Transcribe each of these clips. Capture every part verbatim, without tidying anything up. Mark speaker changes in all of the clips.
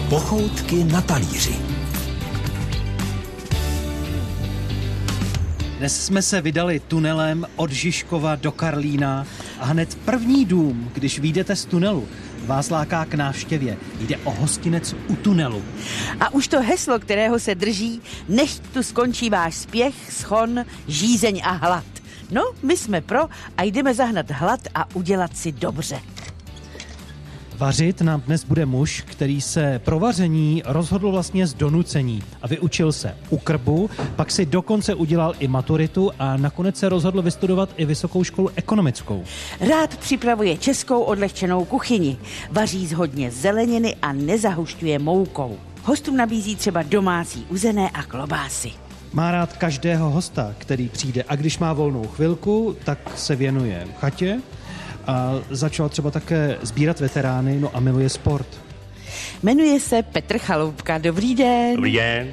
Speaker 1: Pochoutky na talíři.
Speaker 2: Dnes jsme se vydali tunelem od Žižkova do Karlína a hned první dům, když vyjdete z tunelu, vás láká k návštěvě. Jde o hostinec u tunelu.
Speaker 3: A už to heslo, kterého se drží, než tu skončí váš spěch, schon, žízeň a hlad. No, my jsme pro a jdeme zahnat hlad a udělat si dobře.
Speaker 2: Vařit nám dnes bude muž, který se pro vaření rozhodl vlastně z donucení a vyučil se u krbu, pak si dokonce udělal i maturitu a nakonec se rozhodl vystudovat i vysokou školu ekonomickou.
Speaker 3: Rád připravuje českou odlehčenou kuchyni, vaří z hodně zeleniny a nezahušťuje moukou. Hostům nabízí třeba domácí uzené a klobásy.
Speaker 2: Má rád každého hosta, který přijde, a když má volnou chvilku, tak se věnuje chatě. A začal třeba také sbírat veterány, no a miluje sport.
Speaker 3: Jmenuje se Petr Chaloupka. Dobrý den.
Speaker 4: Dobrý den.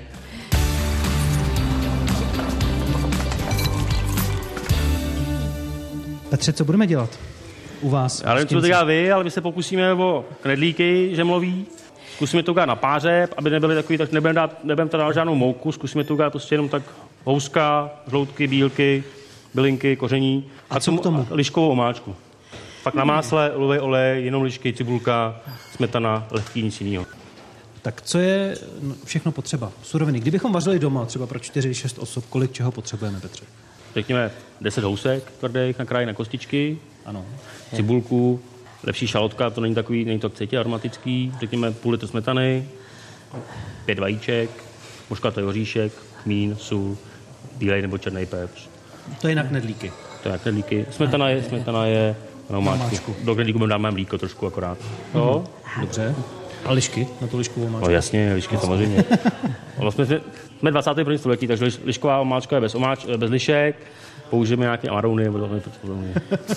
Speaker 2: Petře, co budeme dělat u vás?
Speaker 4: Já nevím, co to dělá vy, ale my se pokusíme o knedlíky žemlový. Zkusíme to udělat na páře, aby nebyly takový, tak nebudeme dát, nebudeme tady dát žádnou mouku, zkusíme to udělat prostě jenom tak houska, žloutky, bílky, bylinky, koření.
Speaker 2: A co k tomu?
Speaker 4: Liškovou omáčku. Pak na másle, olivový olej, jenom lišky, cibulka, smetana, lehký, nic jiného.
Speaker 2: Tak co je všechno potřeba? Suroviny. Kdybychom vařili doma třeba pro čtyři šest osob, kolik čeho potřebujeme, Petře?
Speaker 4: Řekněme deset housek tvrdých na kraji na kostičky,
Speaker 2: ano.
Speaker 4: cibulku, lepší šalotka, to není takový, není to cítě aromatický, řekněme půl litru smetany, pět vajíček, moškatý oříšek, kmín, sůl, bílej nebo černý pepř.
Speaker 2: To je na knedlíky.
Speaker 4: To je na knedlíky. Smetana je, smetana je na omáčku. Do knedlíku budeme dáme mlíko trošku akorát. No?
Speaker 2: Mm-hmm. Dobře. A lišky na tu liškovou omáčku?
Speaker 4: No jasně, lišky vlastně. Samozřejmě. Vlastně jsme, jsme dvacátém prvním století, takže liš, lišková omáčka je bez, omáč, bez lišek. Použijeme nějaké amarouny nebo to nepotřebujeme.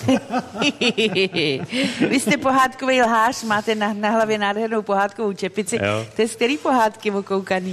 Speaker 3: Vy jste pohádkový lhář, máte na, na hlavě nádhernou pohádkovou čepici.
Speaker 4: Jo.
Speaker 3: To je z který pohádky okoukaný?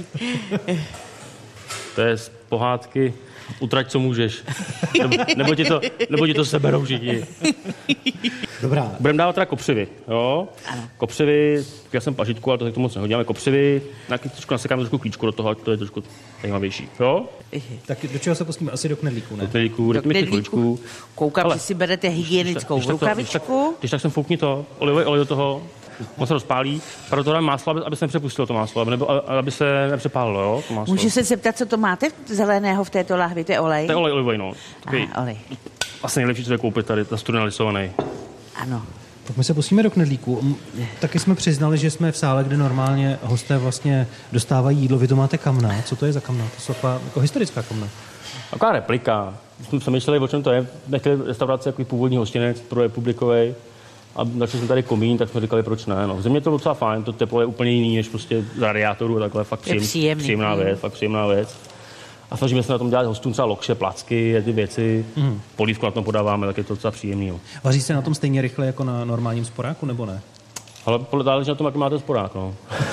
Speaker 4: To je z pohádky Utrať, co můžeš. Nebo, nebo, ti, to, nebo ti to seberou všichni.
Speaker 2: Dobrá.
Speaker 4: Budeme dávat teda kopřivy, jo?
Speaker 3: Ano.
Speaker 4: Kopřivy, já jsem pařitku, ale to, to moc nehodíme. Kopřivy, nějaký trošku nasekáme trošku klíčku do toho, to je trošku zajímavější, jo?
Speaker 2: Tak do čeho se pustíme? Asi do knedlíku, ne?
Speaker 4: Do knedlíku,
Speaker 3: Do knedlíku. Koukám,
Speaker 4: Ale,
Speaker 3: že si berete hygienickou
Speaker 4: když tak,
Speaker 3: rukavičku.
Speaker 4: Když tak, když tak sem foukni to, olivový olej do toho, on se rozpálí, proto dám máslo, aby, aby se nepřepustilo to máslo, aby, nebo, aby se nepřepálilo, jo, to máslo.
Speaker 3: Můžu se zeptat, co to máte zeleného v této lahvi? To je olej?
Speaker 4: To je olej olivový, no. Takový,
Speaker 3: Aha, olej.
Speaker 4: vlastně nejlepší, co je koupit tady, ta studená lisovaný.
Speaker 3: Ano.
Speaker 2: Tak my se pustíme do knedlíku. Taky jsme přiznali, že jsme v sále, kde normálně hosté vlastně dostávají jídlo. Vy to máte kamna. Co to je za kamna? To jsou taková jako historická kamna.
Speaker 4: Taková replika. My jsme přemýšleli, o čem to je. Nechtěli restaurace jako původní hostinec pro republikovej. A začali jsme tady komín, tak jsme říkali, proč ne. No, v zimě to docela fajn, to teplo je úplně jiný, než prostě z radiátoru a takhle. Fakt příjem, příjemná věc, fakt příjemná věc. A snažíme se na tom dělat hostům třeba lokše, placky, ty věci. Mm. Polívku na tom podáváme, tak je to docela příjemný. Jo.
Speaker 2: Vaří se na tom stejně rychle jako na normálním sporáku, nebo ne?
Speaker 4: Ale záleží na tom, jaký máte sporák, no.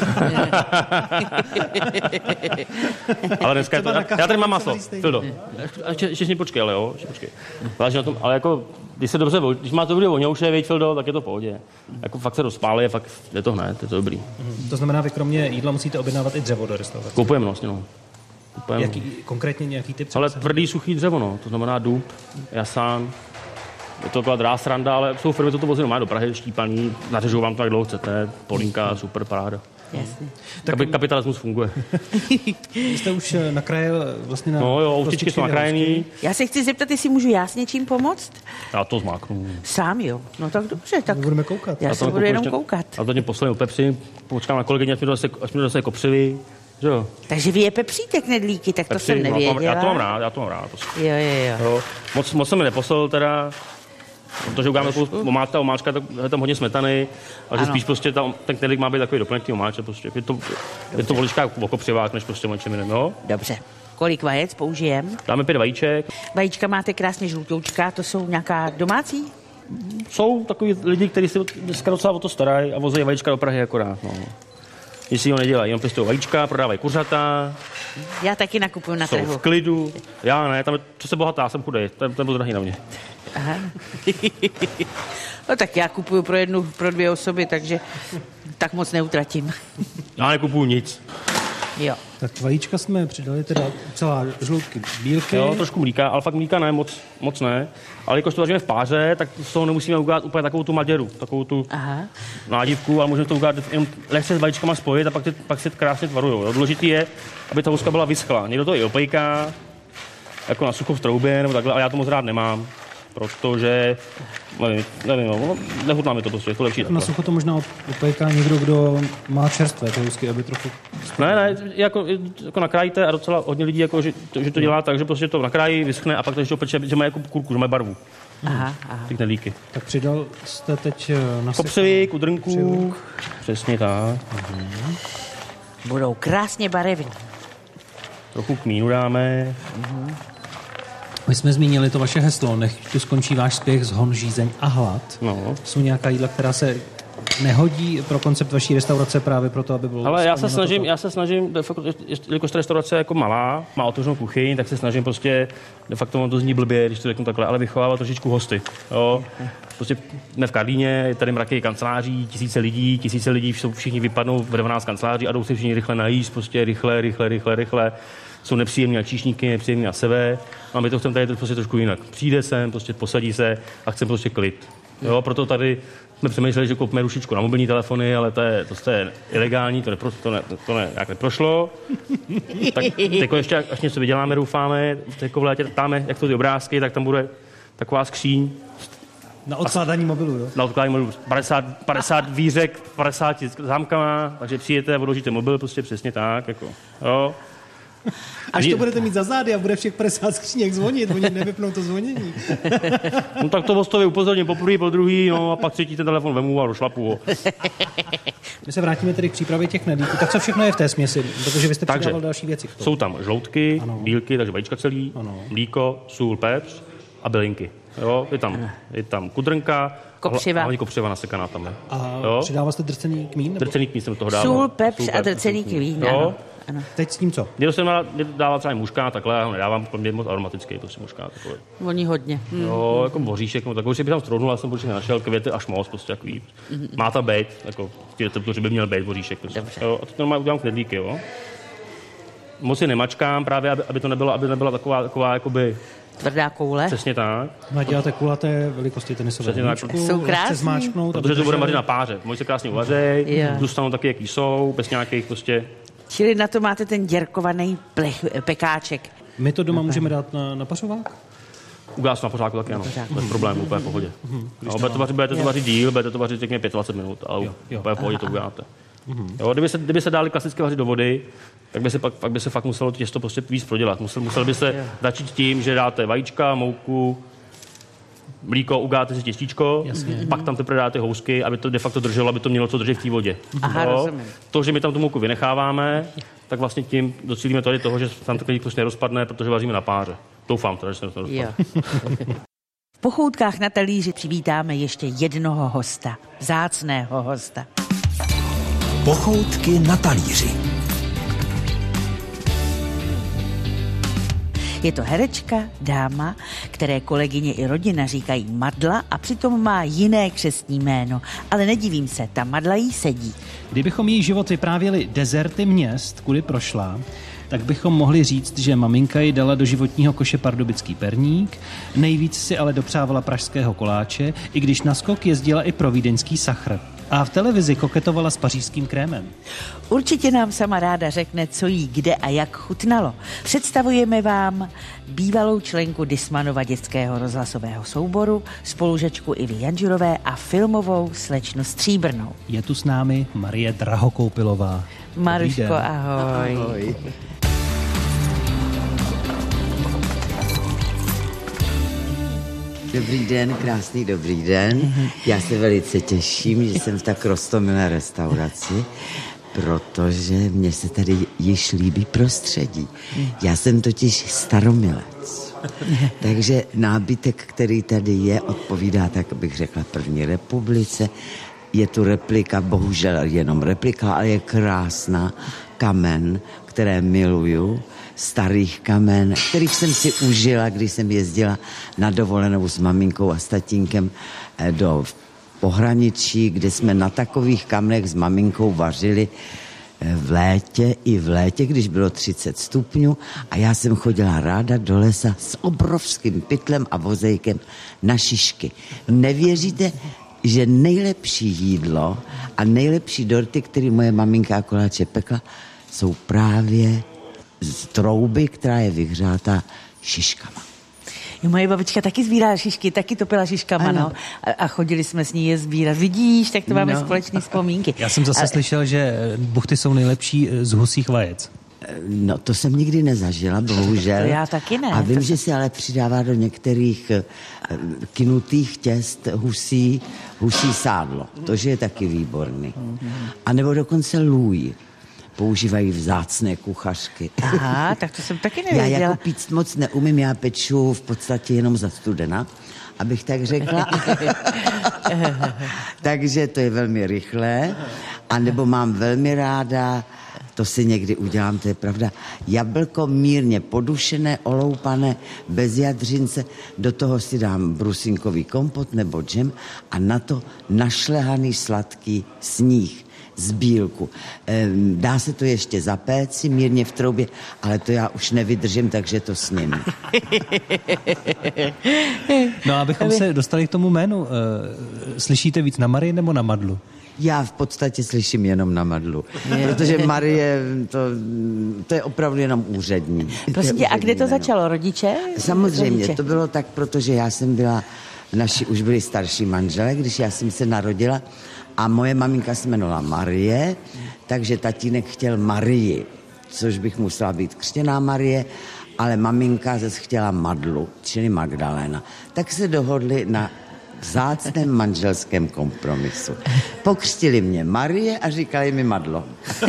Speaker 4: Ale dneska je to... Já, já tady mám maslo, Fildo. Ještě si počkej, ale jo, ještě počkej. Záleží na tom, ale jako, když se dobře, když máte dobrý voňouše, veď, Fildo, tak je to v pohodě. Jako fakt se rozpálí, fakt je to hned, je to dobrý.
Speaker 2: Mm. To znamená, vy kromě jídla musíte objednávat i dřevo do restaurace.
Speaker 4: Koupujeme vlastně, no. Kupujeme.
Speaker 2: Jaký, konkrétně nějaký typ?
Speaker 4: Ale tvrdý, suchý dřevo, no. To znamená dub, jasán. Je to taková drá sranda, ale jsou firmy, to to vozí normálně do Prahy, štípaný, nařežou vám to, jak dlouho chcete, polínka, super, paráda.
Speaker 3: Jasně.
Speaker 4: Tak kapitalismus funguje.
Speaker 2: Jste už na kraje vlastně na...
Speaker 4: No jo, ústičky jsou nakrájený.
Speaker 3: Já se chci zeptat, jestli můžu já s něčím pomoct?
Speaker 4: Já to zmáknu.
Speaker 3: Sám jo. No tak dobře, tak...
Speaker 2: Budeme koukat.
Speaker 3: Já se budu jenom koukat.
Speaker 4: A to mě poslali pepři, počkám na kolegyně, až mi dostaje, až mi dostaje kopřivy. Že jo?
Speaker 3: Takže vy je pepříte knedlíky, tak to
Speaker 4: Pepři,
Speaker 3: jsem nevěděla.
Speaker 4: No, já to mám rád, já to mám rád.
Speaker 3: Jo, jo, jo.
Speaker 4: jo. Moc, moc jsem mi neposlal teda, protože ukáme omáčka, omáčka, tak je tam hodně smetany, ale že spíš prostě tam, ten knedlík má být takový doplněk omáče, prostě. Je to, je to volička o kopřivách, než prostě o čem jiném, jo?
Speaker 3: Dobře. Kolik vajec použijem?
Speaker 4: Dáme pět vajíček.
Speaker 3: Vajíčka máte krásně žlutoučka, to jsou nějaká domácí?
Speaker 4: Jsou takový lidi, kteří se dneska docela o to starají a vozejí vajíčka do Prahy akorát, no. Nic si ho nedělají, jenom pěstují vajíčka, prodávají kuřata.
Speaker 3: Já taky nakupuju na
Speaker 4: jsou
Speaker 3: trhu.
Speaker 4: v klidu. Já ne, tam je, co se bohatá, jsem chudej, ten, ten byl drahý na mě.
Speaker 3: Aha. No tak já kupuju pro jednu, pro dvě osoby, takže tak moc neutratím.
Speaker 4: Já nekupuju nic.
Speaker 3: Jo.
Speaker 2: Tak vajíčka jsme přidali teda celá žloutky bílky.
Speaker 4: Jo, trošku mlíka, ale fakt mlíka ne, moc, moc ne. Ale když to vaříme v páře, tak z toho nemusíme udělat úplně takovou tu maděru, takovou tu
Speaker 3: Aha.
Speaker 4: nádivku, ale můžeme to udělat jenom lehce s vajíčkama spojit a pak, ty, pak se krásně tvarujou. Důležitý je, aby ta houska byla vyschlá. Někdo to i opejká, jako na sucho v troubě nebo takhle, ale já to moc rád nemám. Protože, nevím, nevím, no, nechutná mi to prostě, je to lepší.
Speaker 2: Na sucho to možná opéká někdo, kdo má čerstvé ty housky, aby trochu...
Speaker 4: Ne, ne, jako, jako nakrájíte a docela hodně lidí, jako, že, to, že to dělá tak, že prostě to nakrájí, vyschne a pak to ještě peče, že má jako kurku, že má barvu.
Speaker 3: Aha, aha.
Speaker 4: Ty knedlíky.
Speaker 2: Tak přidal jste teď na
Speaker 4: Kopřivy, udrnku, přesně tak.
Speaker 2: Mhm.
Speaker 3: Budou krásně barevní.
Speaker 4: Trochu kmínu dáme.
Speaker 2: Mhm. My jsme zmínili to vaše heslo, nech tu skončí váš spěch, zhon, žízeň a hlad.
Speaker 4: No.
Speaker 2: Jsou nějaká jídla, která se nehodí pro koncept vaší restaurace právě proto, aby bylo...
Speaker 4: Ale já se snažím, toto. já se snažím, de facto, jelikož ta restaurace je jako malá, má otevřenou kuchyň, tak se snažím prostě, de facto on to zní blbě, když to řeknu takhle, ale vychovávat trošičku hosty. Jo. Prostě jsme v Karlíně, je tady mraky kanceláří, tisíce lidí, tisíce lidí, jsou všichni vypadnou v dvanáct kanceláří a jdou si všichni rychle najíst, prostě rychle, rychle, rychle, rychle. Jsou nepříjemní na číšníky, nepříjemní na sebe. A my to chceme tady prostě trošku jinak. Přijde sem, prostě posadí se a chceme prostě klid. Jo, proto tady jsme přemýšleli, že koupíme rušičku na mobilní telefony, ale to je, to je ilegální, to, nepro, to, ne, to ne, jak neprošlo. Tak jako ještě, až něco vyděláme, doufáme, jako v létě dáme, jak to ty obrázky, tak tam bude taková skříň.
Speaker 2: Na odkládání mobilu, jo?
Speaker 4: Na odkládání mobilu. padesát, padesát výřek, padesát zámkama, takže přijete a odložíte mobil, prostě přesně tak, jako, jo.
Speaker 2: Až to budete mít za zády a bude všech padesát skříněk zvonit, oni nevypnou to zvonění.
Speaker 4: No tak to vostově upozorním po první, po druhý, no a pak třetí ten telefon vemu a došlapu ho.
Speaker 2: My se vrátíme tedy k přípravě těch knedlíků. Tak co všechno je v té směsi? Protože vy jste
Speaker 4: takže
Speaker 2: přidával další věci.
Speaker 4: Jsou tam žloutky,
Speaker 2: ano.
Speaker 4: bílky, takže vajíčka celý, ano. Mlíko, sůl, pepř a bylinky. Jo, je tam, je tam kudrnka,
Speaker 3: kopřiva.
Speaker 4: Hlavně kopřiva nasekaná tam je.
Speaker 2: A
Speaker 4: jo?
Speaker 2: přidával jste drcený kmín? Nebo?
Speaker 4: Drcený kmín jsem toho dával.
Speaker 3: Sůl, pepř a drcený kmín, ano.
Speaker 2: Ano. Teď s tím co?
Speaker 4: Někdo jsem dával třeba muškát, takhle, já ho nedávám, pro mě je moc aromatický, prostě muškát. Takový.
Speaker 3: Voní hodně.
Speaker 4: Mm. Jo, jako boříšek, no, takový si bych tam strohnul, já jsem boříšek našel, květy až moc, prostě takový. Mm. Má tam být, jako, že by měl být boříšek. Prostě. Jo, a teď normálně udělám knedlíky, jo. Moc si nemačkám právě, aby, aby to nebylo, aby nebyla taková, taková, jakoby...
Speaker 3: Tvrdá koule.
Speaker 4: Přesně tak.
Speaker 2: No děláte kulaté velikosti tenisové.
Speaker 4: Přesně tak.
Speaker 3: Jsou krásný.
Speaker 4: Protože to bude vařit na páře. Můj se krásně uvařej, yeah. Zůstanou taky, jaký jsou, bez nějakých prostě...
Speaker 3: Čili na to máte ten děrkovaný plech, pekáček.
Speaker 2: My to doma můžeme dát na, na pařovák?
Speaker 4: Ugás na pořádku taky, ano. Bez problémů, úplně v pohodě. Mm-hmm. No, budete to vařit, budete to vařit díl, budete to vařit řekněme dvacet pět minut, ale jo, jo. úplně v pohodě to uděláte. Mm-hmm. Jo, kdyby, se, kdyby se dali klasicky vařit do vody, tak by se, pak, pak by se fakt muselo těsto prostě víc prodělat. Musel, musel by se začít tím, že dáte vajíčka, mouku, mlíko, ugáte si těstíčko, jasně. Pak tam teprve dáte housky, aby to de facto drželo, aby to mělo co držet v té vodě.
Speaker 3: Aha,
Speaker 4: no, to, že my tam tu mouku vynecháváme, tak vlastně tím docílíme tady toho, že tam to klidík nerozpadne, protože vaříme na páře. Doufám teda, že se to nerozpadne.
Speaker 3: V pochoutkách na talíři přivítáme ještě jednoho hosta, vzácného hosta.
Speaker 1: Pochoutky na talíři.
Speaker 3: Je to herečka, dáma, které kolegyně i rodina říkají Madla a přitom má jiné křestní jméno. Ale nedivím se, ta Madla jí sedí.
Speaker 2: Kdybychom její život vyprávěli dezerty měst, kudy prošla, tak bychom mohli říct, že maminka ji dala do životního koše pardubický perník, nejvíc si ale dopřávala pražského koláče, i když na skok jezdila i pro vídeňský sachr. A v televizi koketovala s pařížským krémem.
Speaker 3: Určitě nám sama ráda řekne, co jí kde a jak chutnalo. Představujeme vám bývalou členku Dismanova dětského rozhlasového souboru, spolužačku Ivy Janžurové a filmovou slečnu Stříbrnou.
Speaker 2: Je tu s námi Marie Drahokoupilová.
Speaker 3: Maruško, ahoj. Ahoj.
Speaker 5: Dobrý den, krásný dobrý den. Já se velice těším, že jsem v tak roztomilé restauraci, protože mně se tady již líbí prostředí. Já jsem totiž staromilec. Takže nábytek, který tady je, odpovídá, tak bych řekla, první republice. Je tu replika, bohužel jenom replika, ale je krásná. Kamen, které miluju. Starých kamen, kterých jsem si užila, když jsem jezdila na dovolenou s maminkou a s tatínkem do pohraničí, kde jsme na takových kamnech s maminkou vařili v létě i v létě, když bylo třicet stupňů a já jsem chodila ráda do lesa s obrovským pytlem a vozejkem na šišky. Nevěříte, že nejlepší jídlo a nejlepší dorty, které moje maminka a koláče pekla, jsou právě z trouby, která je vyhřátá šiškama.
Speaker 3: Jo, moje babička taky sbírala šišky, taky topila šiškama, ano. No. A, a chodili jsme s ní je sbírat. Vidíš, tak to máme no. společné vzpomínky.
Speaker 2: Já jsem zase a... slyšel, že buchty jsou nejlepší z husích vajec.
Speaker 5: No, to jsem nikdy nezažila, bohužel.
Speaker 3: To já taky ne.
Speaker 5: A vím,
Speaker 3: to
Speaker 5: že se ale přidává do některých kynutých těst husí, husí sádlo. To, že je taky výborný. A nebo dokonce lůj. Používají vzácné kuchařky.
Speaker 3: Aha, tak to jsem taky nevěděla.
Speaker 5: Já jako píct moc neumím, já peču v podstatě jenom za studena, abych tak řekla. Takže to je velmi rychlé. A nebo mám velmi ráda, to si někdy udělám, to je pravda, jablko mírně podušené, oloupané, bez jadřince, do toho si dám brusinkový kompot nebo džem a na to našlehaný sladký sníh z bílku. Dá se to ještě zapéci mírně v troubě, ale to já už nevydržím, takže to sním.
Speaker 2: No, abychom se dostali k tomu jménu. Slyšíte víc na Marii nebo na Madlu?
Speaker 5: Já v podstatě slyším jenom na Madlu, protože Marie, to, to je opravdu jenom úřední.
Speaker 3: Prosím tě, a kde to začalo? Rodiče?
Speaker 5: Samozřejmě,
Speaker 3: Rodiče.
Speaker 5: To bylo tak, protože já jsem byla, naši už byli starší manželé, když já jsem se narodila a moje maminka se jmenovala Marie, takže tatínek chtěl Marii, což bych musela být křtěná Marie, ale maminka zase chtěla Madlu, čili Magdalena. Tak se dohodli na vzácném manželském kompromisu. Pokřtili mě Marie a říkali mi Madlo.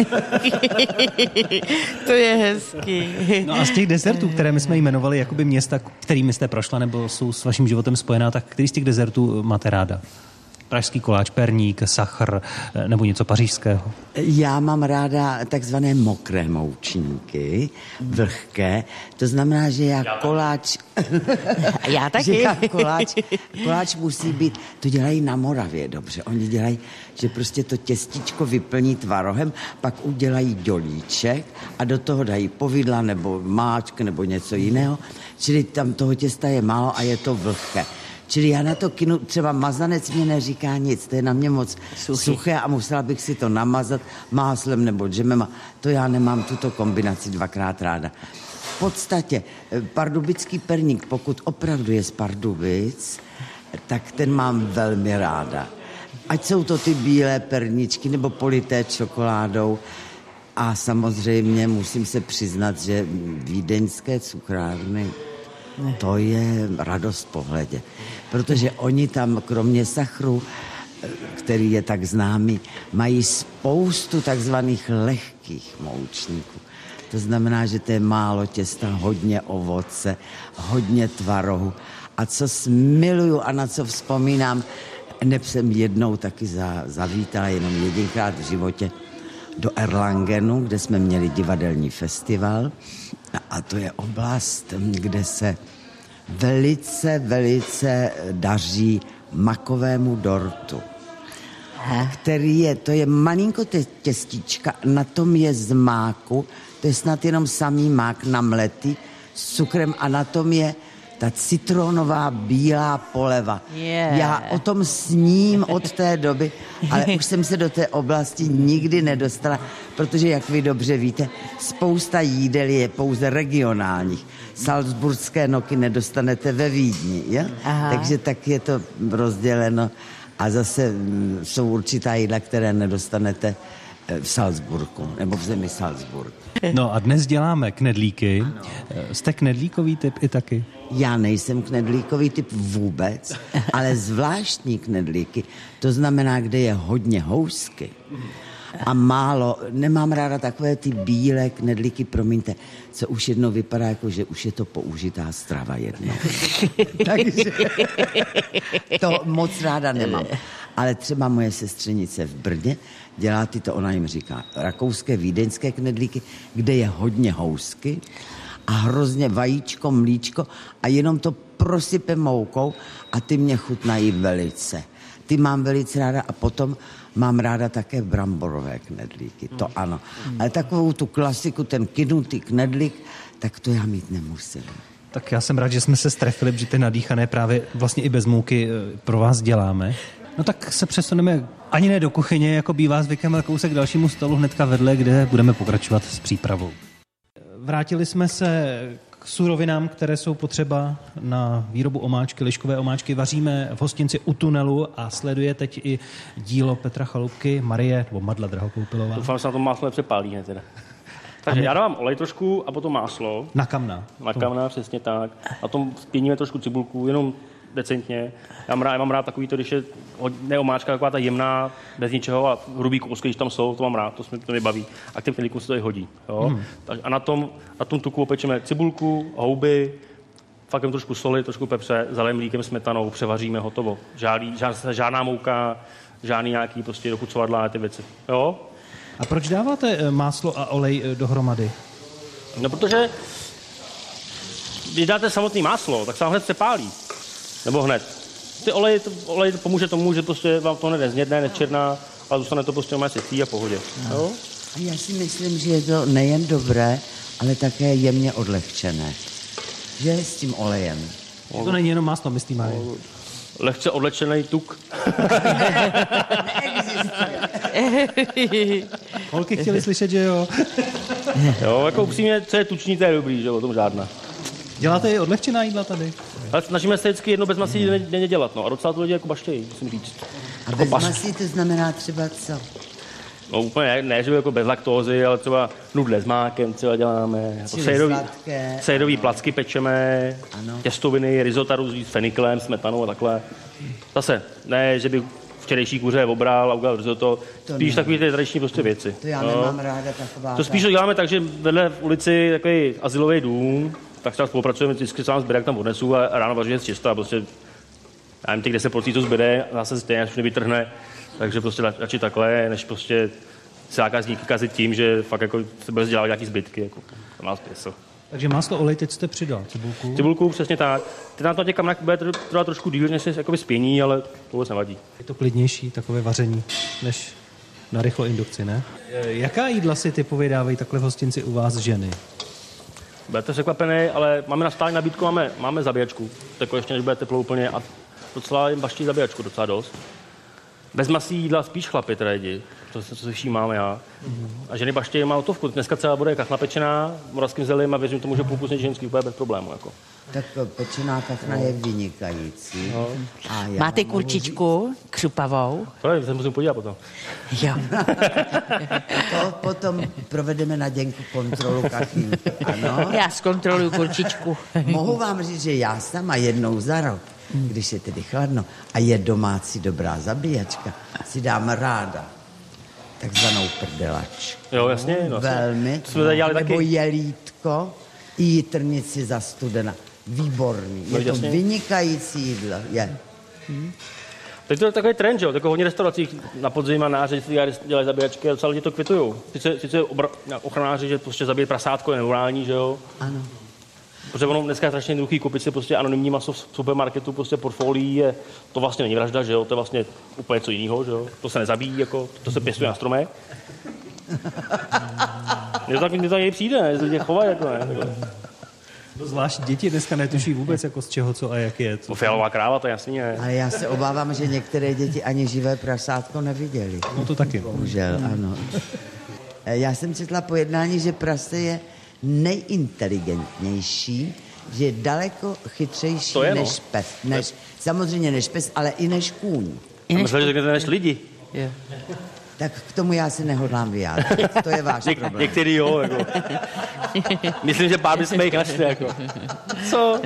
Speaker 3: To je hezký.
Speaker 2: No a z těch desertů, které my jsme jmenovali jakoby města, kterými jste prošla nebo jsou s vaším životem spojená, tak který z těch desertů máte ráda? Pražský koláč, perník, sachr nebo něco pařížského?
Speaker 5: Já mám ráda takzvané mokré moučníky, vlhké. To znamená, že já koláč...
Speaker 3: Já taky.
Speaker 5: Že já koláč, koláč musí být... To dělají na Moravě dobře. Oni dělají, že prostě to těstíčko vyplní tvarohem, pak udělají dolíček a do toho dají povidla nebo máčk nebo něco jiného. Čili tam toho těsta je málo a je to vlhké. Čili já na to kinu, třeba mazanec mě neříká nic, to je na mě moc Suchy. suché a musela bych si to namazat máslem nebo džemem a to já nemám tuto kombinaci dvakrát ráda. V podstatě pardubický perník, pokud opravdu je z Pardubic, tak ten mám velmi ráda. Ať jsou to ty bílé perníčky nebo polité čokoládou a samozřejmě musím se přiznat, že vídeňské cukrárny to je radost po hledě, protože oni tam kromě sachru, který je tak známý, mají spoustu takzvaných lehkých moučníků. To znamená, že to je málo těsta, hodně ovoce, hodně tvarohu. A co smiluju a na co vzpomínám, neb jsem jednou taky za, zavítala jenom jedinkrát v životě do Erlangenu, kde jsme měli divadelní festival. A to je oblast, kde se velice, velice daří makovému dortu, který je, to je malinko těstíčka, na tom je z máku, to je snad jenom samý mák namletý s cukrem a na tom je ta citronová bílá poleva.
Speaker 3: Yeah.
Speaker 5: Já o tom sním od té doby, ale už jsem se do té oblasti nikdy nedostala, protože, jak vy dobře víte, spousta jídel je pouze regionálních. Salzburské noky nedostanete ve Vídni, je? Takže tak je to rozděleno a zase jsou určitá jídla, které nedostanete v Salzburgu, nebo v zemi Salzburg.
Speaker 2: No a dnes děláme knedlíky. Ano. Jste knedlíkový typ i taky?
Speaker 5: Já nejsem knedlíkový typ vůbec, ale zvláštní knedlíky, to znamená, kde je hodně housky a málo, nemám ráda takové ty bílé knedlíky, promiňte, co už jednou vypadá jako, že už je to použitá strava jednou. Takže to moc ráda nemám. Ale třeba moje sestřenice v Brně dělá tyto, ona jim říká, rakouské, vídeňské knedlíky, kde je hodně housky a hrozně vajíčko, mlíčko a jenom to prosype moukou a ty mě chutnají velice. ty mám velice ráda a potom mám ráda také bramborové knedlíky, to ano. Ale takovou tu klasiku, ten kynutý knedlík, tak to já mít nemusím.
Speaker 2: Tak já jsem rád, že jsme se strefili, že ty nadýchané právě vlastně i bez mouky pro vás děláme. No tak se přesuneme ani ne do kuchyně, jako bývá zvykem, ale kousek k dalšímu stolu hnedka vedle, kde budeme pokračovat s přípravou. Vrátili jsme se k surovinám, které jsou potřeba na výrobu omáčky, liškové omáčky. Vaříme v hostinci U tunelu a sleduje teď i dílo Petra Chaloupky, Marie, nebo Madla Drahokoupilová.
Speaker 4: Doufám, že se na tom máslo nepřepálí, ne teda. Takže já dávám olej trošku a potom máslo.
Speaker 2: Na kamna.
Speaker 4: Na kamna, přesně tak. A tom spěníme trošku cibulku, jenom decentně. Já mám rád, já mám rád takový to, když je ne omáčka, taková ta jemná, bez ničeho a hrubý kousky, když tam jsou, to mám rád, to, jsme, to mě baví. A k těm knedlíkům se to i hodí. Jo? Hmm. A na tom, na tom tuku opečeme cibulku, houby, fakt jen trošku soli, trošku pepře, zalejeme mlíkem, smetanou, převaříme, hotovo. Žádný, žádná, žádná mouka, žádný nějaký prostě dokucovadla, ty věci. Jo?
Speaker 2: A proč dáváte máslo a olej dohromady?
Speaker 4: No, protože když dáte samotné máslo, tak se vám hned přepálí. Nebo hned. Ty olej, to, olej to pomůže tomu, že prostě vám to hned neznědne, nečerná, ale zůstane to prostě má světlý a pohodě.
Speaker 5: No. Jo? A já si myslím, že je to nejen dobré, ale také jemně odlehčené. Že s tím olejem.
Speaker 2: No. To není jenom máslo, myslí Marie.
Speaker 4: Lehce odlečený tuk.
Speaker 2: Holky chtěli slyšet, že jo.
Speaker 4: Jo, jako upřímně, co je tučný, to je dobrý, že o tom žádná.
Speaker 2: Děláte i odlehčená jídla tady?
Speaker 4: Ale snažíme se vždycky jedno bez masí denně dělat, no. A docela to lidi jako baštějí, musím říct.
Speaker 5: A bez masí to znamená třeba co?
Speaker 4: No úplně ne, ne že jako bez laktózy, ale třeba nudle s mákem třeba děláme. Jako sejdový, sejdový placky pečeme, ano. Těstoviny, risota různý s feniklem, smetanou a takhle. Zase, ne, že bych včerejší kuře obral a udělal risotto, spíš takové ty tradiční prostě věci.
Speaker 5: To já no. nemám ráda taková.
Speaker 4: To spíš to děláme tak, že vedle v ulici takový azylový dům, tak třeba spolupracujeme, vždycky se vám zbyde, jak tam odnesu a ráno vaříme z čista a prostě, já nevím, těch deset procent co zbyde, zase stejně až nevytrhne, takže prostě radši takhle, než prostě se zákazníky kazit tím, že fakt jako se bude dělat nějaký zbytky, jako to má smysl.
Speaker 2: Takže máslo, olej teď jste přidal, cibulku?
Speaker 4: Cibulku, přesně tak. Teď nám to na těch kamnách bude trvat trošku díl, než se jakoby spění, ale to vůbec nevadí.
Speaker 2: Je to klidnější takové vaření, než na rychlo indukci, ne? Jaká jídla si typově dávají takhle v hostinci u vás ženy?
Speaker 4: Budete překvapený, ale máme na stálé nabídku, máme, máme zabíjačku. Tak ještě než bude teplo úplně a docela jim baští zabíjačku, docela dost. Bez masí jídla spíš chlapi teda jedi, to se co všímám já. Mm-hmm. A ženy baštějí má hotovku. Dneska celá bude kachna pečená, moravským zelím a věřím tomu, že půlku z ženský úplně bez problému. Jako.
Speaker 5: Tak pečená kachna je vynikající. No.
Speaker 3: A máte kurčičku křupavou?
Speaker 4: To je, se musím podívat potom.
Speaker 3: Jo.
Speaker 5: To potom provedeme na děnku kontrolu kachníku, ano.
Speaker 3: Já zkontroluju kurčičku.
Speaker 5: Mohu vám říct, že já sama jednou za rok, když je tedy chladno a je domácí dobrá zabíjačka, si dám ráda takzvanou prdelač.
Speaker 4: Jo, jasně. No,
Speaker 5: velmi.
Speaker 4: To jsme tady dělali
Speaker 5: nebo
Speaker 4: taky.
Speaker 5: jelítko i jitrnici za studena. Výborný. Je
Speaker 4: no,
Speaker 5: to vynikající jídlo. Je.
Speaker 4: Hmm. Teď to je takový trend, že jo? Takový hodně restaurací na podzim a na ředitelství dělají zabíjačky a docela lidi to kvitujou. Sice, sice obra, ochranáři, že prostě zabít prasátko je nemorální, že jo?
Speaker 5: Ano.
Speaker 4: Protože ono dneska je strašně jednoduchý koupit si prostě anonymní maso v supermarketu, prostě portfolií je, to vlastně není vražda, že jo, to je vlastně úplně něco jiného, že jo, to se nezabíjí, jako, to se pěstuje na stromech. Mně to tak mně to něj přijde, ne, že to chovají, jako ne.
Speaker 2: No zvlášť děti dneska netuší vůbec, jako z čeho co a jak je.
Speaker 4: No fialová kráva, to jasný je.
Speaker 5: Ale já se obávám, že některé děti ani živé prasátko neviděli.
Speaker 2: No to taky.
Speaker 5: Bohužel, ano. Já jsem četla pojednání, že prase je nejinteligentnější, že je daleko chytřejší
Speaker 4: to je, no.
Speaker 5: než pes. Než, samozřejmě než pes, ale i než kůň.
Speaker 4: A myslím, že řeknete než lidi.
Speaker 3: Je.
Speaker 5: Tak k tomu já se nehodlám vyjádřit. To je váš
Speaker 4: Něk,
Speaker 5: problém.
Speaker 4: Některý jo, jako. Myslím, že pár bychom jich našli, jako. Co?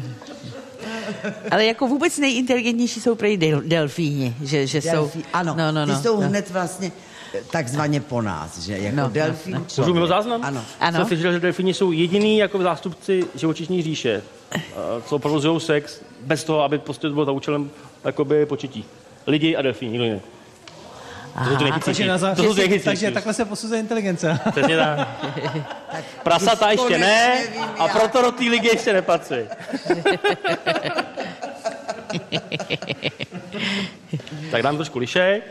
Speaker 3: Ale jako vůbec nejinteligentnější jsou prej del, delfíni, že, že
Speaker 5: Delfí,
Speaker 3: jsou...
Speaker 5: ano,
Speaker 3: no, no,
Speaker 5: ty
Speaker 3: no,
Speaker 5: jsou
Speaker 3: no.
Speaker 5: hned vlastně takzvaně po nás, že jako
Speaker 3: No,
Speaker 5: delfín
Speaker 3: no, no.
Speaker 4: Můžu mimo záznam?
Speaker 5: Ano.
Speaker 3: Ano.
Speaker 4: Jsem slyšel, že delfíni jsou jediný jako zástupci živočišní říše, co provozují sex bez toho, aby prostě to bylo za účelem jakoby početí. Lidi a delfíni, nikdo jiný. To jsou ty nejchytřejší. To jsou ty nejchytřejší.
Speaker 2: Takže takhle se posuzuje inteligence.
Speaker 4: Přesně tak. Prasata ještě ne a proto do té ligy ještě nepatří. Tak dám trošku lišek.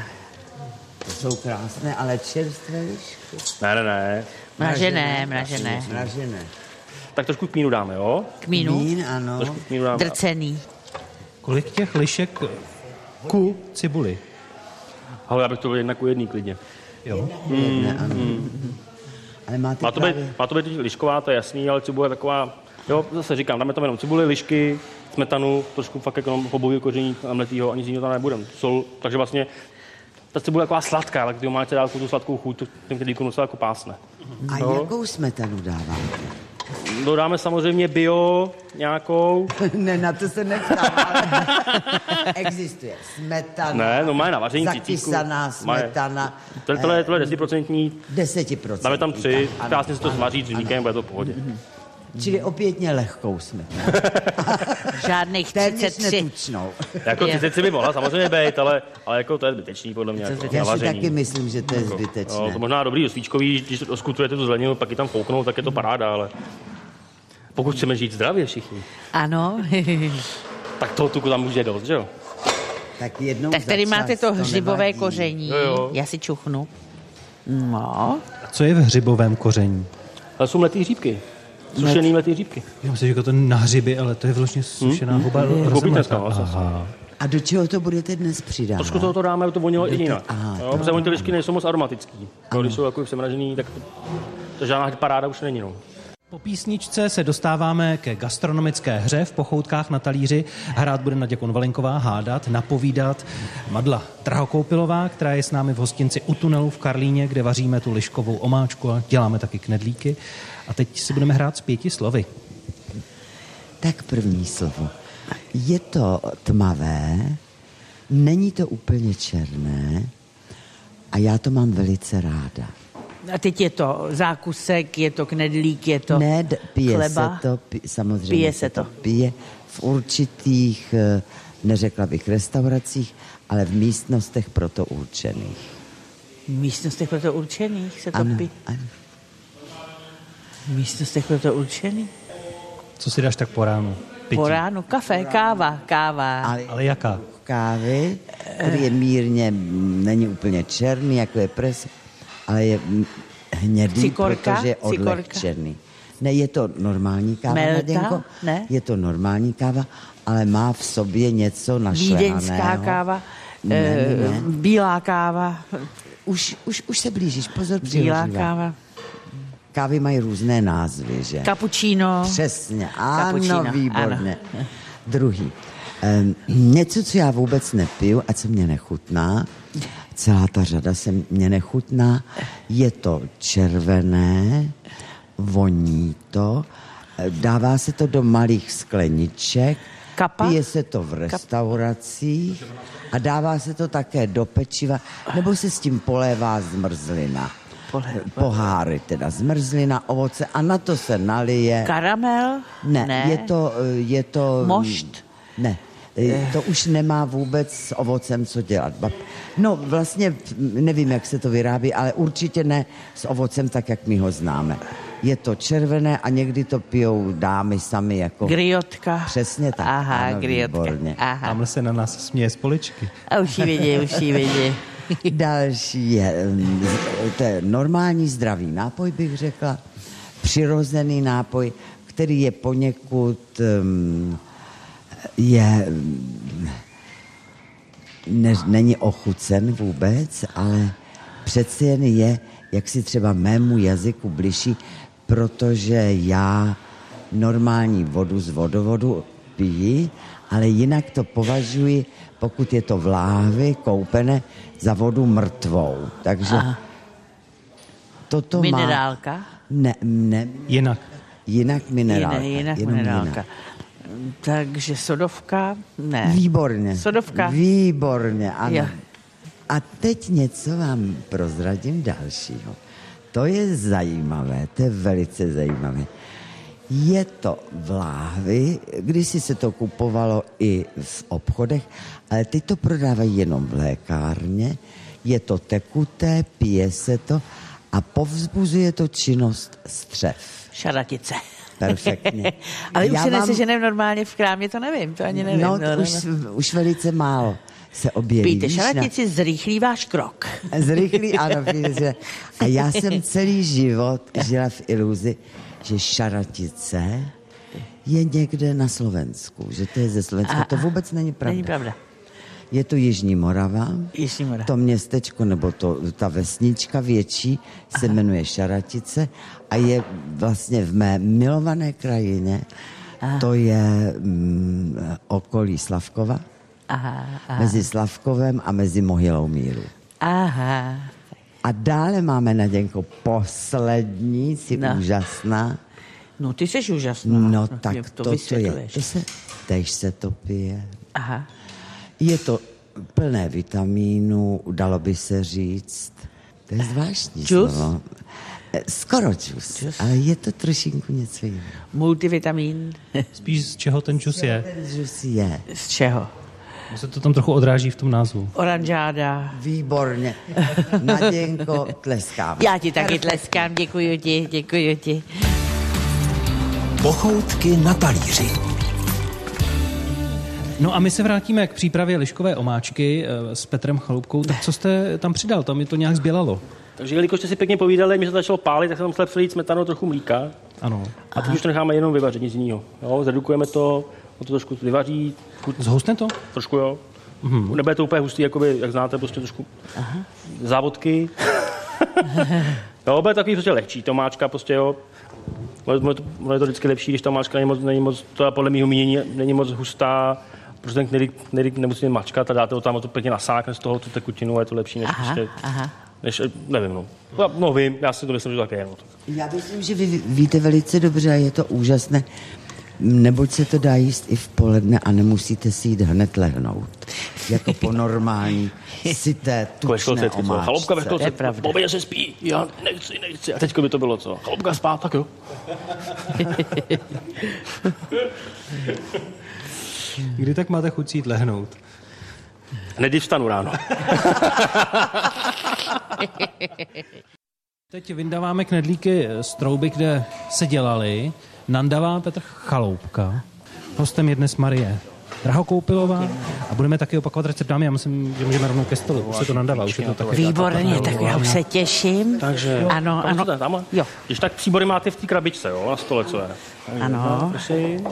Speaker 5: To jsou krásné, ale čerstvé lišky.
Speaker 4: Ne, ne, ne.
Speaker 3: Mražené, mražené.
Speaker 5: Mražené.
Speaker 4: Tak trošku kmínu dáme, jo?
Speaker 3: Kmínu,
Speaker 5: Mín, ano.
Speaker 4: Trošku kmínu dáme.
Speaker 3: drcený.
Speaker 2: Kolik těch lišek ku cibuli?
Speaker 4: Ale já bych to byl jedna ku jedný klidně.
Speaker 2: Jo.
Speaker 5: Mm, ne, ano. Mm. Ale máte
Speaker 4: Má to, být,
Speaker 5: právě...
Speaker 4: má to být lišková, to je jasný, ale cibule je taková, jo, zase říkám, dáme tam jenom cibuli, lišky, smetanu, trošku fakt jako houbový koření namletýho, ani z jiného tam nebudem. Sol, takže vlastně ta cibule je taková sladká, ale když máte dát tu sladkou chuť, to tím knedlíku se jako pásne.
Speaker 5: A
Speaker 4: no.
Speaker 5: jakou smetanu dáváte?
Speaker 4: Dodáme samozřejmě bio nějakou.
Speaker 5: Ne, na to se neptám, ale existuje smetana.
Speaker 4: Ne, no má na vaření
Speaker 5: zakysaná smetana.
Speaker 4: Tohle, tohle, tohle je desetiprocentní.
Speaker 5: Deseti procent.
Speaker 4: Dáme tam tři, krásně se to zmaří dřímníkem, bude to v pohodě.
Speaker 5: Čili opětně lehkou smetanu.
Speaker 3: Žádných
Speaker 5: Téměř
Speaker 3: třicet tři.
Speaker 5: netučnou.
Speaker 4: Jako třicet tři by mohla samozřejmě být, ale, ale jako to je zbytečný podle mě. Jako
Speaker 5: Já si
Speaker 4: navaření.
Speaker 5: taky myslím, že to je zbytečné.
Speaker 4: No, to možná dobrý svíčkový, když oskutujete tu zeleninu, pak ji tam fouknou, tak je to paráda, ale pokud chceme žít zdravě všichni,
Speaker 3: Ano.
Speaker 4: tak toho tuku tam může dost, že jo?
Speaker 5: Tak jednou
Speaker 3: Tak tady
Speaker 5: za
Speaker 3: máte
Speaker 5: čas,
Speaker 3: to hřibové
Speaker 5: nevadí.
Speaker 3: koření.
Speaker 4: Jo, jo.
Speaker 3: Já si čuchnu. No.
Speaker 2: A co je v hřibovém koření?
Speaker 4: Ale jsou mletý hříbky. Sušený mletý hříbky.
Speaker 2: Já myslím, že to na hřiby, ale to je vlastně sušená
Speaker 4: Hmm?
Speaker 2: huba.
Speaker 4: Hmm.
Speaker 2: rozemletá.
Speaker 4: Koupitecká, vlastně.
Speaker 2: Aha.
Speaker 5: A do čeho to budete dnes přidávat?
Speaker 4: Trošku toho to dáme, aby to vonilo i
Speaker 5: Jo,
Speaker 4: jinak.
Speaker 5: tak- aha,
Speaker 4: Jo,
Speaker 5: to-
Speaker 4: protože oni ty lišky nejsou moc aromatický. No, když jsou jako přemražený, tak to, to žádná paráda už není. No.
Speaker 2: Po písničce se dostáváme ke gastronomické hře v Pochoutkách na talíři. Hrát bude Naděja Konvalinková, hádat, napovídat Madla Trhokoupilová, která je s námi v hostinci U tunelu v Karlíně, kde vaříme tu liškovou omáčku a děláme taky knedlíky. A teď si budeme hrát s pěti slovy.
Speaker 5: Tak první slovo. Je to tmavé, není to úplně černé a já to mám velice ráda.
Speaker 3: A teď je to zákusek, je to knedlík, je to
Speaker 5: Ne, d- pije
Speaker 3: chleba.
Speaker 5: se to, pi, samozřejmě
Speaker 3: Pije
Speaker 5: se
Speaker 3: se
Speaker 5: to
Speaker 3: to.
Speaker 5: pije v určitých, eh, neřekla bych restauracích, ale v místnostech proto určených.
Speaker 3: V místnostech pro to určených se to
Speaker 5: Ano,
Speaker 3: pí.
Speaker 5: ano.
Speaker 3: V místnostech pro to určených.
Speaker 2: Co si dáš tak po ránu? Pití.
Speaker 3: Po ránu kafe, káva, káva.
Speaker 5: Ale,
Speaker 2: Ale jaká?
Speaker 5: kávy, který je mírně, mm, není úplně černý, jako je pres, ale je mm, hnědý,
Speaker 3: Cikorka?
Speaker 5: protože je
Speaker 3: Cikorka?
Speaker 5: odlehčený. Ne, je to normální káva,
Speaker 3: Melta?
Speaker 5: Naděnko.
Speaker 3: Ne?
Speaker 5: Je to normální káva, ale má v sobě něco našlehaného.
Speaker 3: Vídeňská káva,
Speaker 5: Ne,
Speaker 3: eh,
Speaker 5: ne, ne.
Speaker 3: bílá káva,
Speaker 5: Už, už, už se blížíš, pozor,
Speaker 3: bílá
Speaker 5: přihořívá.
Speaker 3: káva,
Speaker 5: Kávy mají různé názvy, že?
Speaker 3: cappuccino.
Speaker 5: Přesně, ano,
Speaker 3: Cappuccino,
Speaker 5: výborně. Druhý. Um, něco, co já vůbec nepiju a co mě nechutná, celá ta řada se mě nechutná, je to červené, voní to, dává se to do malých skleniček,
Speaker 3: Kapa?
Speaker 5: pije se to v restauracích a dává se to také do pečiva, nebo se s tím polévá zmrzlina.
Speaker 3: Pole-
Speaker 5: Poháry, teda zmrzlina, ovoce a na to se nalije.
Speaker 3: Karamel?
Speaker 5: Ne, ne, je to... Je to
Speaker 3: Mošt?
Speaker 5: Ne, to už nemá vůbec s ovocem co dělat. No vlastně nevím, jak se to vyrábí, ale určitě ne s ovocem tak, jak my ho známe. Je to červené a někdy to pijou dámy sami jako...
Speaker 3: Griotka.
Speaker 5: Přesně tak.
Speaker 3: Aha,
Speaker 5: ano,
Speaker 3: griotka.
Speaker 5: výborně.
Speaker 3: Aha.
Speaker 2: Tamhle se na nás směje z poličky.
Speaker 3: A už ji vidí, už ji vidí.
Speaker 5: Další je, mm, to je normální zdravý nápoj, bych řekla. Přirozený nápoj, který je poněkud... Um, je... Ne, není ochucen vůbec, ale přeci jen je, jak si třeba mému jazyku bližší, protože já normální vodu z vodovodu piji, ale jinak to považuji, pokud je to v láhvi koupené, za vodu mrtvou. Takže
Speaker 3: Aha.
Speaker 5: toto
Speaker 3: Minerálka?
Speaker 5: má... Ne, ne,
Speaker 2: Jinak.
Speaker 5: jinak minerálka.
Speaker 3: Jinak, jinak
Speaker 5: jenom
Speaker 3: minerálka. Takže sodovka? Ne.
Speaker 5: Výborně.
Speaker 3: Sodovka?
Speaker 5: Výborně, ano.
Speaker 3: Jo.
Speaker 5: A teď něco vám prozradím dalšího. To je zajímavé, to je velice zajímavé. Je to v láhvi, kdysi se to kupovalo i v obchodech, ale teď to prodávají jenom v lékárně. Je to tekuté, pije se to a povzbuzuje to činnost střev.
Speaker 3: Šaratice.
Speaker 5: perfektně.
Speaker 3: Ale už
Speaker 5: Já
Speaker 3: se
Speaker 5: vám-
Speaker 3: neseženem normálně v krámě, to nevím, to ani nevím.
Speaker 5: No,
Speaker 3: no,
Speaker 5: už,
Speaker 3: no.
Speaker 5: už velice málo se objeví.
Speaker 3: Pijte
Speaker 5: víš, na-
Speaker 3: šaletici, zrychlí váš krok.
Speaker 5: Zrychlí, ano. že- A já jsem celý život žila v iluzi, že šaratice je někde na Slovensku, že to je ze Slovenska.
Speaker 3: A-
Speaker 5: To vůbec není pravda.
Speaker 3: Není pravda.
Speaker 5: Je to Jižní Morava.
Speaker 3: Jižní Morava.
Speaker 5: To městečko, nebo to, ta vesnička větší se jmenuje Šaratice a je vlastně v mé milované krajině. To je mm, okolí Slavkova.
Speaker 3: Aha, aha.
Speaker 5: Mezi Slavkovem a mezi Mohylou míru.
Speaker 3: Aha.
Speaker 5: A dále máme, Naděnko, poslední, si
Speaker 3: No.
Speaker 5: úžasná.
Speaker 3: No, ty jsi úžasná.
Speaker 5: No tak
Speaker 3: jak
Speaker 5: to, to je.
Speaker 3: vysvětluješ.
Speaker 5: To se, tež se to pije.
Speaker 3: Aha.
Speaker 5: Je to plné vitamínů, dalo by se říct. To je zvláštní
Speaker 3: Džus?
Speaker 5: slovo. Eh, Skoro džus,
Speaker 3: Džus.
Speaker 5: ale je to trošinku něco jiného.
Speaker 3: Multivitamin.
Speaker 2: Spíš z čeho ten džus je.
Speaker 5: Ten džus je.
Speaker 3: Z čeho?
Speaker 2: Se to tam trochu odráží v tom názvu.
Speaker 3: Oranžáda.
Speaker 5: Výborně. Naděnko, tleskám.
Speaker 3: Já ti taky tleskám, děkuji ti, děkuji ti.
Speaker 1: Pochoutky na talíři.
Speaker 2: No a my se vrátíme k přípravě liškové omáčky eh, s Petrem Chaloupkou. Tak co jste tam přidal? Tam mi to nějak zbělalo.
Speaker 4: Takže jelikož jste si pěkně povídali, mi se to začalo pálit, tak jsem tam musel přilít smetanu, trochu mlíka.
Speaker 2: Ano.
Speaker 4: A teď už to necháme jenom vyvařit, nic jiného. Jo, zredukujeme to, on to trošku vyvaří, chuť,
Speaker 2: Zhoustne to?
Speaker 4: trošku jo. Mm-hmm. Nebude to úplně hustý, jakoby, jak znáte, prostě trošku Aha. závodky. Jo, bude takový prostě lehčí, tomáčka prostě, jo. Ono to, ono je to vždycky lepší, když ta máčka není moc, není moc, to podle mého mínění není moc hustá, protože ten knedlík, knedlík nemusí mačkat a dáte ho tam, to pěkně nasákne z toho tu tekutinu a je to lepší, než
Speaker 3: Aha,
Speaker 4: prostě,
Speaker 3: aha.
Speaker 4: než, nevím, no. No vím, já si to myslím, že to také je, no.
Speaker 5: Já myslím, že vy víte velice dobře a je to úžasné, neboť se to dá jíst i v poledne a nemusíte si jít hned lehnout. Jako po normální, syté, tučné omáčce.
Speaker 4: Chaloupka ve školce,
Speaker 3: To je pravda.
Speaker 4: po obědě se spí, já nechci, nechci. A teďko by to bylo co? Chaloupka spát, tak jo.
Speaker 2: Kdy tak máte chuť si jít lehnout?
Speaker 4: Hned když vstanu ráno.
Speaker 2: Teď vyndáváme knedlíky z trouby, kde se dělali. Nandává Petr Chaloupka. Hostem je dnes Marie Drahokoupilová a budeme taky opakovat recept. Dámy, já myslím, že můžeme rovnou ke stolu. Už se to nandává, už je to taky.
Speaker 3: Výborně, tak já už se těším.
Speaker 4: Takže,
Speaker 3: Ano, ano.
Speaker 4: Tamhle?
Speaker 3: Jo.
Speaker 4: Když tak příbory máte v té krabičce, jo, na stole, co je. Takže,
Speaker 3: Ano.
Speaker 4: Prosím.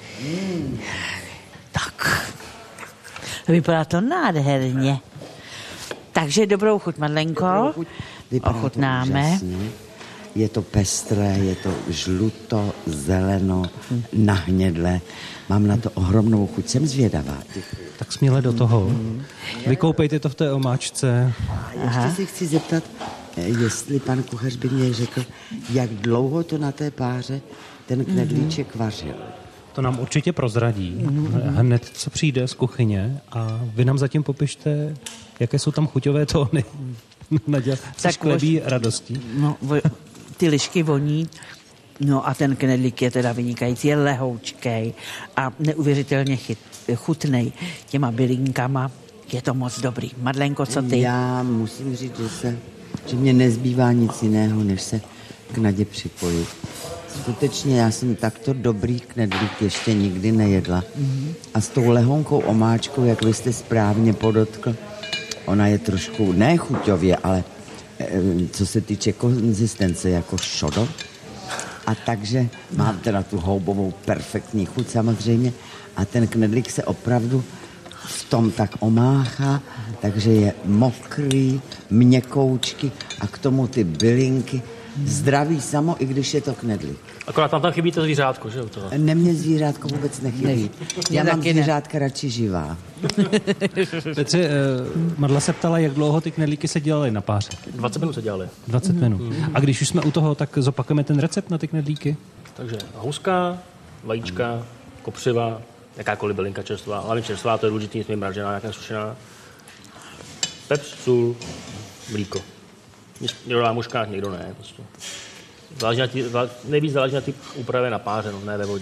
Speaker 3: Tak. Vypadá to nádherně. Takže dobrou chuť, Madlenko.
Speaker 5: Vypadá to
Speaker 3: Ochutnáme.
Speaker 5: úžasně. Je to pestré, je to žluto, zeleno, nahnědlé. Mám na to ohromnou chuť, jsem zvědavá.
Speaker 2: Tak směle do toho. Vykoupejte to v té omáčce.
Speaker 5: Ještě se chci zeptat, eh, jestli pan kuchař by mě řekl, jak dlouho to na té páře ten knedlíček vařil.
Speaker 2: To nám určitě prozradí. Hned, co přijde z kuchyně a vy nám zatím popište, jaké jsou tam chuťové tóny. Naděl, se šklebí radostí.
Speaker 3: No, vo- ty lišky voní. No a ten knedlík je teda vynikající, je lehoučkej a neuvěřitelně chyt, chutnej těma bylinkama. Je to moc dobrý. Madlenko, co ty?
Speaker 5: Já musím říct, že, se, že mě nezbývá nic jiného, než se k Nadě připojit. Skutečně já jsem takto dobrý knedlík ještě nikdy nejedla. Mm-hmm. A s tou lehonkou omáčkou, jak vy jste správně podotkl, ona je trošku, ne chuťově, ale e, co se týče konzistence, jako šodo. A takže mám teda tu houbovou perfektní chuť samozřejmě a ten knedlík se opravdu v tom tak omáchá, takže je mokrý, měkoučky a k tomu ty bylinky. Zdraví samo, i když je to knedlík.
Speaker 4: Akorát tam tam chybí to zvířátko, že jo? Toho.
Speaker 5: Ne, mě zvířátko vůbec nechybí. Já mám
Speaker 3: taky ne.
Speaker 5: zvířátka radši živá.
Speaker 2: Petře, eh, Madla se ptala, jak dlouho ty knedlíky se dělaly na páře.
Speaker 4: dvacet minut se dělali.
Speaker 2: dvacet minut. A když už jsme u toho, tak zopakujeme ten recept na ty knedlíky?
Speaker 4: Takže houska, vajíčka, kopřiva, jakákoliv bylinka čerstvá, hlavně čerstvá, to je důležitý, nesmí mražená, nějaká sušená. Pepř, sůl, mlíko. Někdo dá muškách, někdo ne. Prostě. Záleží na tý, nejvíc záleží na té úpravě na páře, no, ne ve vodě.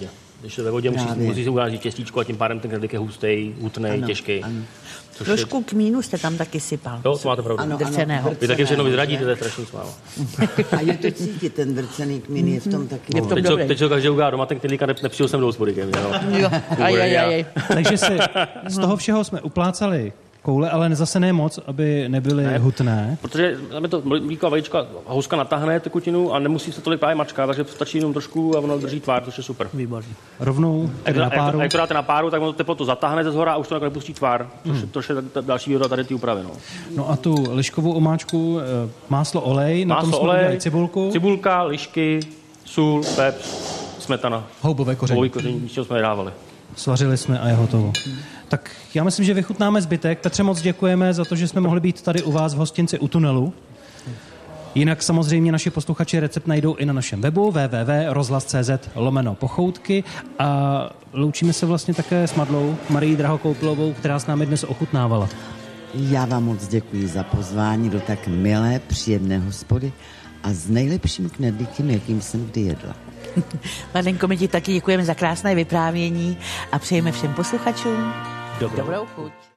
Speaker 4: Když je ve vodě, musí,
Speaker 5: Právě.
Speaker 4: musí se uvážit těstíčko a tím pádem ten knedlík je hustý, hutnej, těžký.
Speaker 5: ano.
Speaker 4: Což
Speaker 3: Trošku kmínu jste tam taky sypal.
Speaker 4: Jo, to máte pravdu.
Speaker 5: Ano,
Speaker 3: Drceného.
Speaker 5: ano,
Speaker 4: Vy taky všechno
Speaker 5: drceného,
Speaker 4: vyzradíte,
Speaker 5: že?
Speaker 4: to je strašný smálo.
Speaker 5: A je to cítit, ten drcený kmín je v tom taky.
Speaker 3: Je v tom
Speaker 4: Teď co,
Speaker 3: dobrý.
Speaker 4: teď co každý udělá doma, ten knedlík a ne, nepřijel jsem do hospody ke mně, no.
Speaker 3: Jo, aj, aj, aj, aj.
Speaker 2: Takže si z toho všeho jsme uplácali koule, ale zase ne moc, aby nebyly
Speaker 4: Ne.
Speaker 2: hutné.
Speaker 4: Protože tam je to mlíko a vajíčko, houska natáhne tekutinu a nemusí se tolik právě mačkat, takže stačí jenom trošku a ono drží tvár, což je super.
Speaker 3: Výborný.
Speaker 2: Rovnou tedy na
Speaker 4: Jak to,
Speaker 2: páru.
Speaker 4: jak to dáte na páru, tak ono to teplo to zatáhne ze zhora a už to nakonec pustí tvár, což, hmm. což je ta- další výhoda tady ty úpravy. No.
Speaker 2: No a tu liškovou omáčku, eh, máslo, olej, na tom
Speaker 4: Máslo,
Speaker 2: jsme
Speaker 4: olej,
Speaker 2: udělali cibulku,
Speaker 4: cibulka, lišky, sůl, peps, smetana.
Speaker 2: houbové koření.
Speaker 4: Houbový koření, nic jsme nedávali.
Speaker 2: Svařili jsme a je hotovo. Tak já myslím, že vychutnáme zbytek. Petře, moc děkujeme za to, že jsme mohli být tady u vás v hostinci u tunelu. Jinak samozřejmě naši posluchači recept najdou i na našem webu w w w tečka rozhlas tečka c z lomeno pochoutky a loučíme se vlastně také s Madlou Marií Drahokoupilovou, která s námi dnes ochutnávala.
Speaker 5: Já vám moc děkuji za pozvání do tak milé, příjemné hospody a s nejlepším knedlíkem, jakým jsem kdy jedla.
Speaker 3: Madenko, my ti taky děkujeme za krásné vyprávění a přejeme všem posluchačům
Speaker 2: Dobrou.
Speaker 3: dobrou chuť.